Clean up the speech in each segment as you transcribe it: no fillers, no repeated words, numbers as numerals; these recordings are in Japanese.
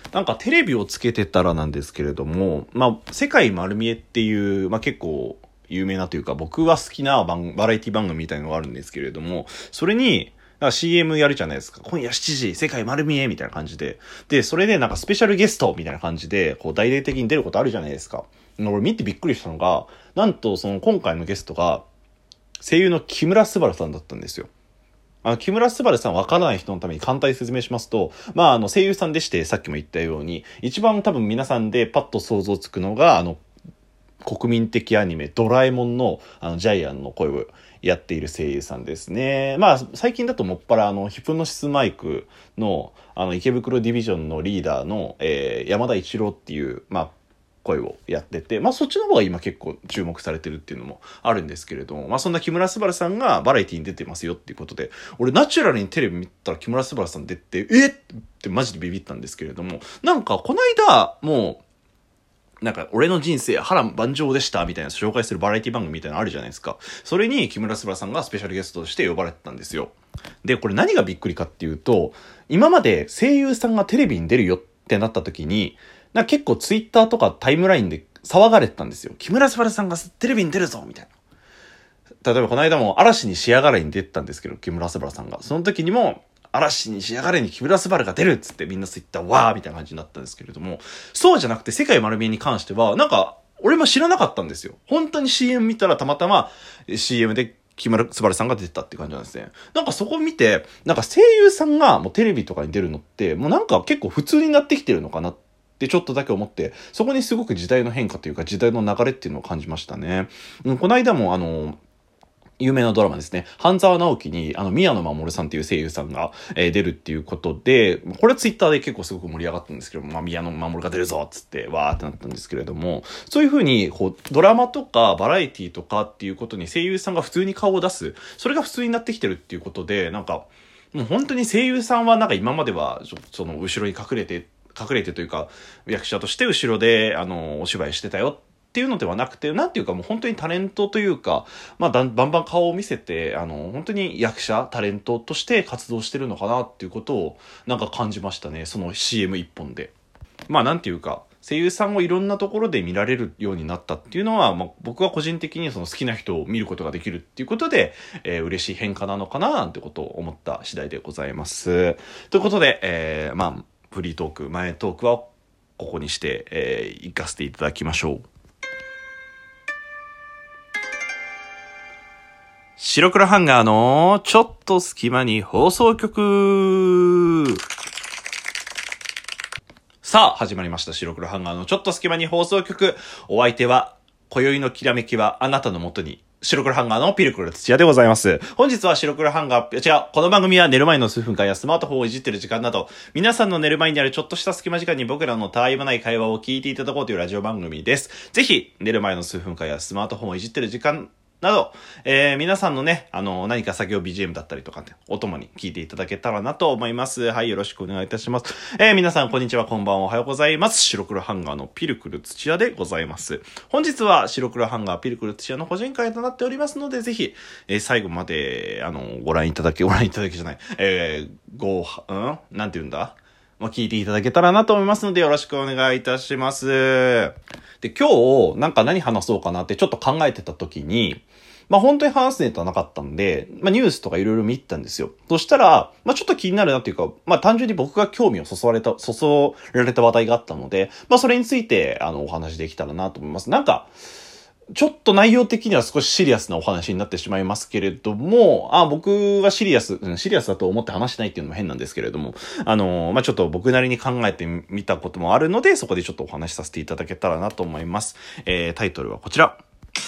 なんかテレビをつけてたらなんですけれども、世界丸見えっていう、結構有名なというか、僕は好きなバラエティ番組みたいなのがあるんですけれども、それに、CM やるじゃないですか。今夜7時、世界丸見えみたいな感じで。で、それでなんかスペシャルゲストみたいな感じで、大々的に出ることあるじゃないですか。俺見てびっくりしたのが、なんとその今回のゲストが、声優の木村昴さんだったんですよ。木村昴さんわからない人のために簡単に説明しますと、声優さんでして、さっきも言ったように、一番多分皆さんでパッと想像つくのが、国民的アニメドラえもんのジャイアンの声をやっている声優さんですね。最近だともっぱらヒプノシスマイクの池袋ディビジョンのリーダーの、山田一郎っていう声をやってて、そっちの方が今結構注目されてるっていうのもあるんですけれども、そんな木村昴さんがバラエティに出てますよっていうことで、俺ナチュラルにテレビ見たら木村昴さん出て、ってマジでビビったんですけれども、なんかこの間もうなんか俺の人生波乱万丈でしたみたいな紹介するバラエティ番組みたいなのあるじゃないですか。それに木村昴さんがスペシャルゲストとして呼ばれてたんですよ。で、これ何がびっくりかっていうと、今まで声優さんがテレビに出るよってなった時に、結構ツイッターとかタイムラインで騒がれてたんですよ。木村昴さんがテレビに出るぞみたいな。例えばこの間も嵐に仕上がれに出てたんですけど、木村昴さんが。その時にも、嵐に仕上がれに木村昴が出るっつってみんなツイッターわーみたいな感じになったんですけれども、そうじゃなくて世界丸見えに関しては、なんか、俺も知らなかったんですよ。本当に CM 見たらたまたま CM で木村昴さんが出てたって感じなんですね。なんかそこ見て、なんか声優さんがもうテレビとかに出るのって、もうなんか結構普通になってきてるのかなってちょっとだけ思って、そこにすごく時代の変化というか時代の流れっていうのを感じましたね。この間も有名なドラマですね。半沢直樹に、宮野真守さんっていう声優さんが、出るっていうことで、これはツイッターで結構すごく盛り上がったんですけども、宮野真守が出るぞっつって、わーってなったんですけれども、そういう風に、ドラマとかバラエティとかっていうことに声優さんが普通に顔を出す、それが普通になってきてるっていうことで、なんか、もう本当に声優さんはなんか今までは、その後ろに隠れてというか、役者として後ろで、お芝居してたよっていうのではなくて、なんていうかもう本当にタレントというか、バンバン顔を見せて、本当に役者、タレントとして活動してるのかなっていうことをなんか感じましたね。その CM 一本で。なんていうか、声優さんをいろんなところで見られるようになったっていうのは、僕は個人的にその好きな人を見ることができるっていうことで、嬉しい変化なのかななんてことを思った次第でございます。ということで、フリートーク、前トークはここにして、行かせていただきましょう。白黒ハンガーのちょっと隙間に放送局。さあ、始まりました。白黒ハンガーのちょっと隙間に放送局。お相手は、今宵のきらめきはあなたのもとに。白黒ハンガーのピルクル土屋でございます。本日は白黒ハンガー、この番組は寝る前の数分間やスマートフォンをいじってる時間など、皆さんの寝る前にあるちょっとした隙間時間に僕らのたわいもない会話を聞いていただこうというラジオ番組です。ぜひ、寝る前の数分間やスマートフォンをいじってる時間など、皆さんのね、何か作業 BGM だったりとかね、お供に聞いていただけたらなと思います。はい、よろしくお願いいたします。皆さん、こんにちは、こんばんは、おはようございます。白黒ハンガーのピルクル土屋でございます。本日は白黒ハンガーピルクル土屋の個人会となっておりますので、ぜひ、最後まで、ご覧いただけじゃない、なんて言うんだ？聞いていただけたらなと思いますので、よろしくお願いいたします。で、今日、何話そうかなってちょっと考えてた時に、本当に話すネタなかったんで、ニュースとかいろいろ見てたんですよ。そしたら、ちょっと気になるなっていうか、単純に僕が興味をそそられた話題があったので、それについて、お話できたらなと思います。ちょっと内容的には少しシリアスなお話になってしまいますけれども、僕はシリアスだと思って話してないっていうのも変なんですけれども、ちょっと僕なりに考えてみたこともあるので、そこでちょっとお話しさせていただけたらなと思います。タイトルはこちら。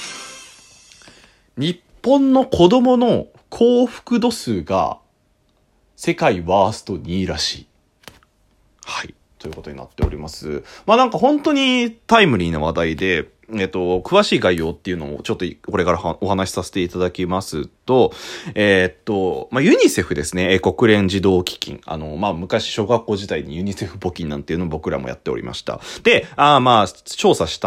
日本の子供の幸福度数が世界ワースト2位らしい。はい。ということになっております。本当にタイムリーな話題で、詳しい概要っていうのをちょっとこれからお話しさせていただきますと、ユニセフですね、国連児童基金。昔小学校時代にユニセフ募金なんていうのを僕らもやっておりました。で、調査したんです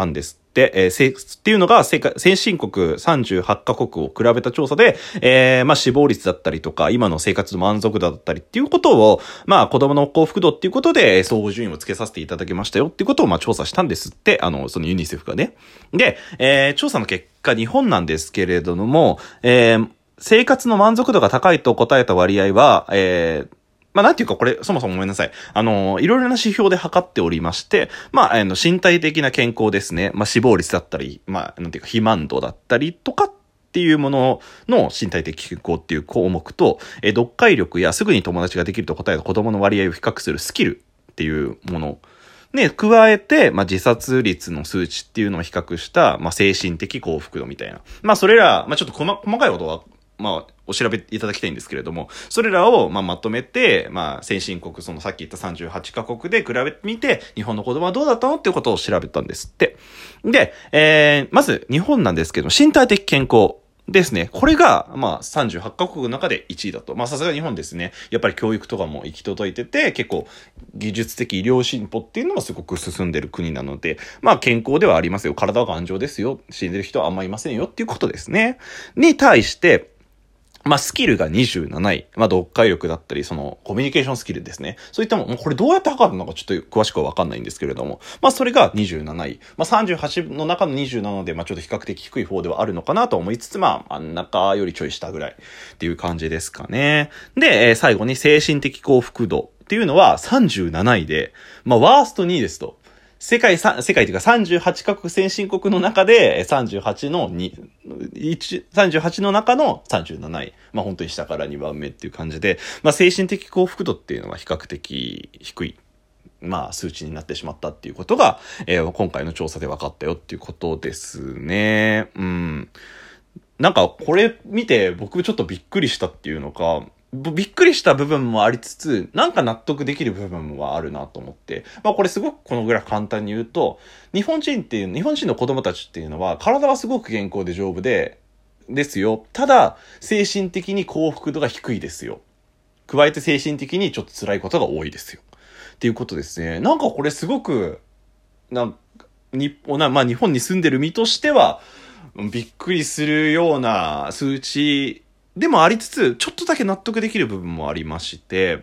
て、っていうのが先進国38カ国を比べた調査で、死亡率だったりとか、今の生活の満足度だったりっていうことを、子供の幸福度っていうことで、総合順位をつけさせていただきましたよっていうことを、調査したんですって、そのユニセフがね。で、調査の結果、日本なんですけれども、生活の満足度が高いと答えた割合は、なんていうかこれ、そもそもごめんなさい。いろいろな指標で測っておりまして、身体的な健康ですね。死亡率だったり、なんていうか肥満度だったりとかっていうものの身体的健康っていう項目と、読解力やすぐに友達ができると答えた子供の割合を比較するスキルっていうもの。ね、加えて、自殺率の数値っていうのを比較した、精神的幸福度みたいな。それら、ちょっと細かいことは、お調べいただきたいんですけれども、それらを、まとめて、先進国、そのさっき言った38カ国で比べてみて、日本の子供はどうだったのっていうことを調べたんですって。で、まず、日本なんですけど、身体的健康。ですね。これが、38カ国の中で1位だと。さすが日本ですね。やっぱり教育とかも行き届いてて、結構技術的医療進歩っていうのがすごく進んでる国なので、健康ではありますよ。体は頑丈ですよ。死んでる人はあんまいませんよっていうことですね。に対して、スキルが27位。読解力だったり、その、コミュニケーションスキルですね。そういったもん、これどうやって測るのかちょっと詳しくはわかんないんですけれども。それが27位。38の中の27で、ちょっと比較的低い方ではあるのかなと思いつつ、真ん中よりちょい下ぐらいっていう感じですかね。で、最後に精神的幸福度っていうのは37位で、ワースト2位ですと。世界というか38カ国先進国の中で38の38の中の37位。本当に下から2番目っていう感じで、精神的幸福度っていうのは比較的低い。数値になってしまったっていうことが、今回の調査で分かったよっていうことですね。なんかこれ見て僕ちょっとびっくりしたっていうのか、びっくりした部分もありつつ、なんか納得できる部分もあるなと思って。これすごくこのグラフ簡単に言うと、日本人の子供たちっていうのは、体はすごく健康で丈夫ですよ。ただ、精神的に幸福度が低いですよ。加えて精神的にちょっと辛いことが多いですよ。っていうことですね。なんかこれすごく、日本に住んでる身としては、びっくりするような数値でもありつつ、ちょっとだけ納得できる部分もありまして、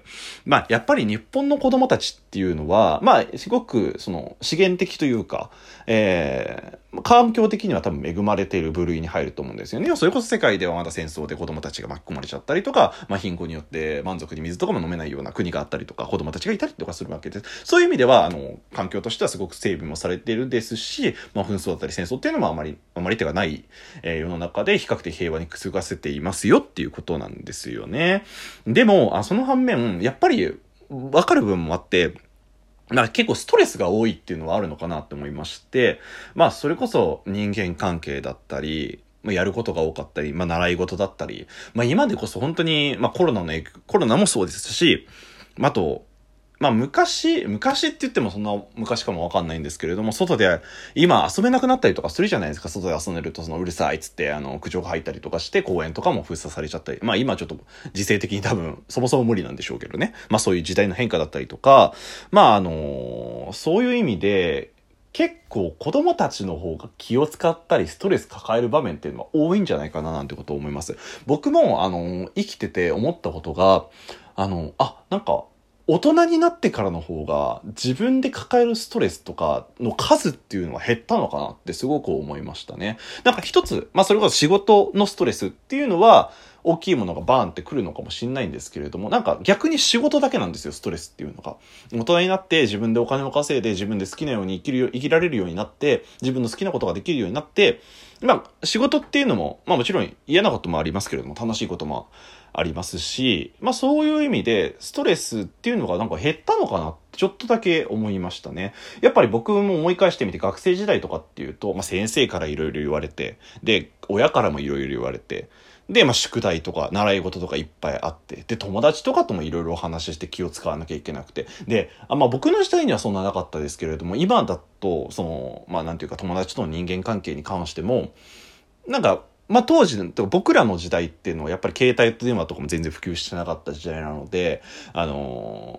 やっぱり日本の子供たちっていうのは、すごく、資源的というか、環境的には多分恵まれている部類に入ると思うんですよね。それこそ世界ではまだ戦争で子供たちが巻き込まれちゃったりとか、貧困によって満足に水とかも飲めないような国があったりとか、子供たちがいたりとかするわけです。そういう意味では、環境としてはすごく整備もされているですし、紛争だったり戦争っていうのもあまり手がない、世の中で比較的平和に過ごせていますよっていうことなんですよね。でも、その反面、やっぱり分かる部分もあって、結構ストレスが多いっていうのはあるのかなって思いまして、それこそ人間関係だったり、やることが多かったり、習い事だったり、今でこそ本当に、コロナもそうですし、あと、昔って言ってもそんな昔かもわかんないんですけれども、外で今遊べなくなったりとかするじゃないですか。外で遊んでるとうるさいっつって苦情が入ったりとかして公園とかも封鎖されちゃったり。今ちょっと時勢的に多分そもそも無理なんでしょうけどね。そういう時代の変化だったりとか、そういう意味で結構子供たちの方が気を使ったりストレス抱える場面っていうのは多いんじゃないかななんてことを思います。僕も生きてて思ったことが、なんか大人になってからの方が自分で抱えるストレスとかの数っていうのは減ったのかなってすごく思いましたね。なんか一つ、それこそ仕事のストレスっていうのは大きいものがバーンってくるのかもしれないんですけれども、なんか逆に仕事だけなんですよ、ストレスっていうのが。大人になって自分でお金を稼いで自分で好きなように生きられるようになって、自分の好きなことができるようになって、仕事っていうのも、もちろん嫌なこともありますけれども、楽しいこともありますし、そういう意味でストレスっていうのがなんか減ったのかなってちょっとだけ思いましたね。やっぱり僕も思い返してみて学生時代とかっていうと、先生からいろいろ言われて、で、親からもいろいろ言われて、で、宿題とか習い事とかいっぱいあって、で、友達とかともいろいろお話しして気を使わなきゃいけなくて、で、僕の時代にはそんななかったですけれども、今だと、なんていうか友達との人間関係に関しても、なんか、当時の、僕らの時代っていうのはやっぱり携帯電話とかも全然普及してなかった時代なので、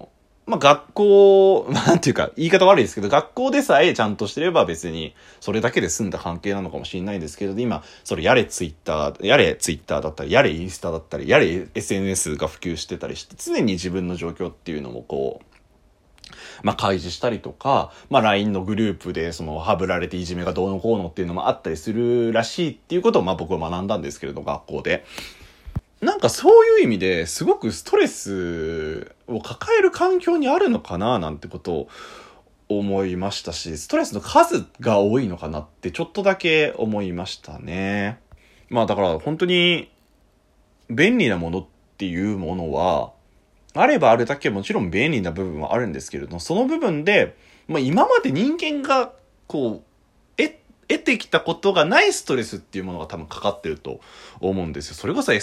まあ学校、なんていうか、言い方悪いですけど、学校でさえちゃんとしてれば別に、それだけで済んだ関係なのかもしれないんですけれど、今、それやれツイッターだったり、やれインスタだったり、やれ SNS が普及してたりして、常に自分の状況っていうのもこう、まあ、開示したりとか、まあ、LINE のグループで、はぶられていじめがどうのこうのっていうのもあったりするらしいっていうことを、まあ、僕は学んだんですけれど、学校で。なんかそういう意味ですごくストレスを抱える環境にあるのかななんてことを思いましたし、ストレスの数が多いのかなってちょっとだけ思いましたね。まあだから本当に便利なものっていうものは、あればあるだけもちろん便利な部分はあるんですけれども、その部分で、まあ今まで人間がこう、得てきたことがないストレスっていうものが多分かかってると思うんですよ。それこそ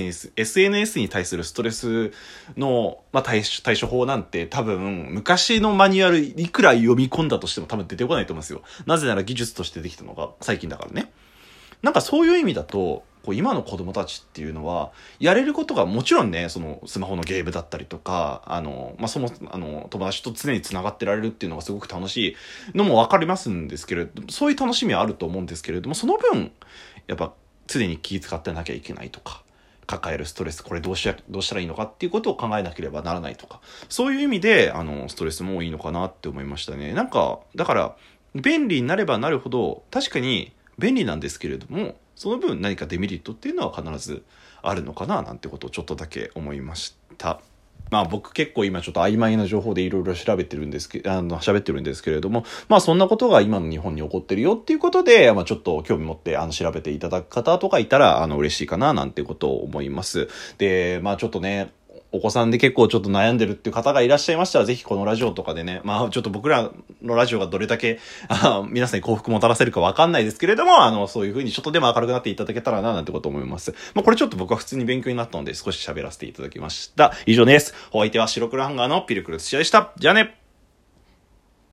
SNS に対するストレスの、まあ、対処法なんて多分昔のマニュアルいくら読み込んだとしても多分出てこないと思うんですよ。なぜなら技術としてできたのが最近だからね。なんかそういう意味だと、こう今の子供たちっていうのは、やれることがもちろんね、そのスマホのゲームだったりとか、まあ、友達と常に繋がってられるっていうのがすごく楽しいのもわかりますんですけれども、そういう楽しみはあると思うんですけれども、その分、やっぱ常に気遣ってなきゃいけないとか、抱えるストレス、これどうしたらいいのかっていうことを考えなければならないとか、そういう意味で、ストレスもいいのかなって思いましたね。なんか、だから、便利になればなるほど、確かに、便利なんですけれども、その分何かデメリットっていうのは必ずあるのかななんてことをちょっとだけ思いました。まあ僕結構今ちょっと曖昧な情報でいろいろ喋ってるんですけれども、まあそんなことが今の日本に起こってるよっていうことで、まあちょっと興味持って調べていただく方とかいたら嬉しいかななんてことを思います。で、まあちょっとね、お子さんで結構ちょっと悩んでるっていう方がいらっしゃいましたら、ぜひこのラジオとかでね、まあちょっと僕らのラジオがどれだけ、皆さんに幸福もたらせるかわかんないですけれども、そういう風にちょっとでも明るくなっていただけたらな、なんてことを思います。まあこれちょっと僕は普通に勉強になったので少し喋らせていただきました。以上です。お相手は白黒ハンガーのピルクル土屋でした。じゃあね。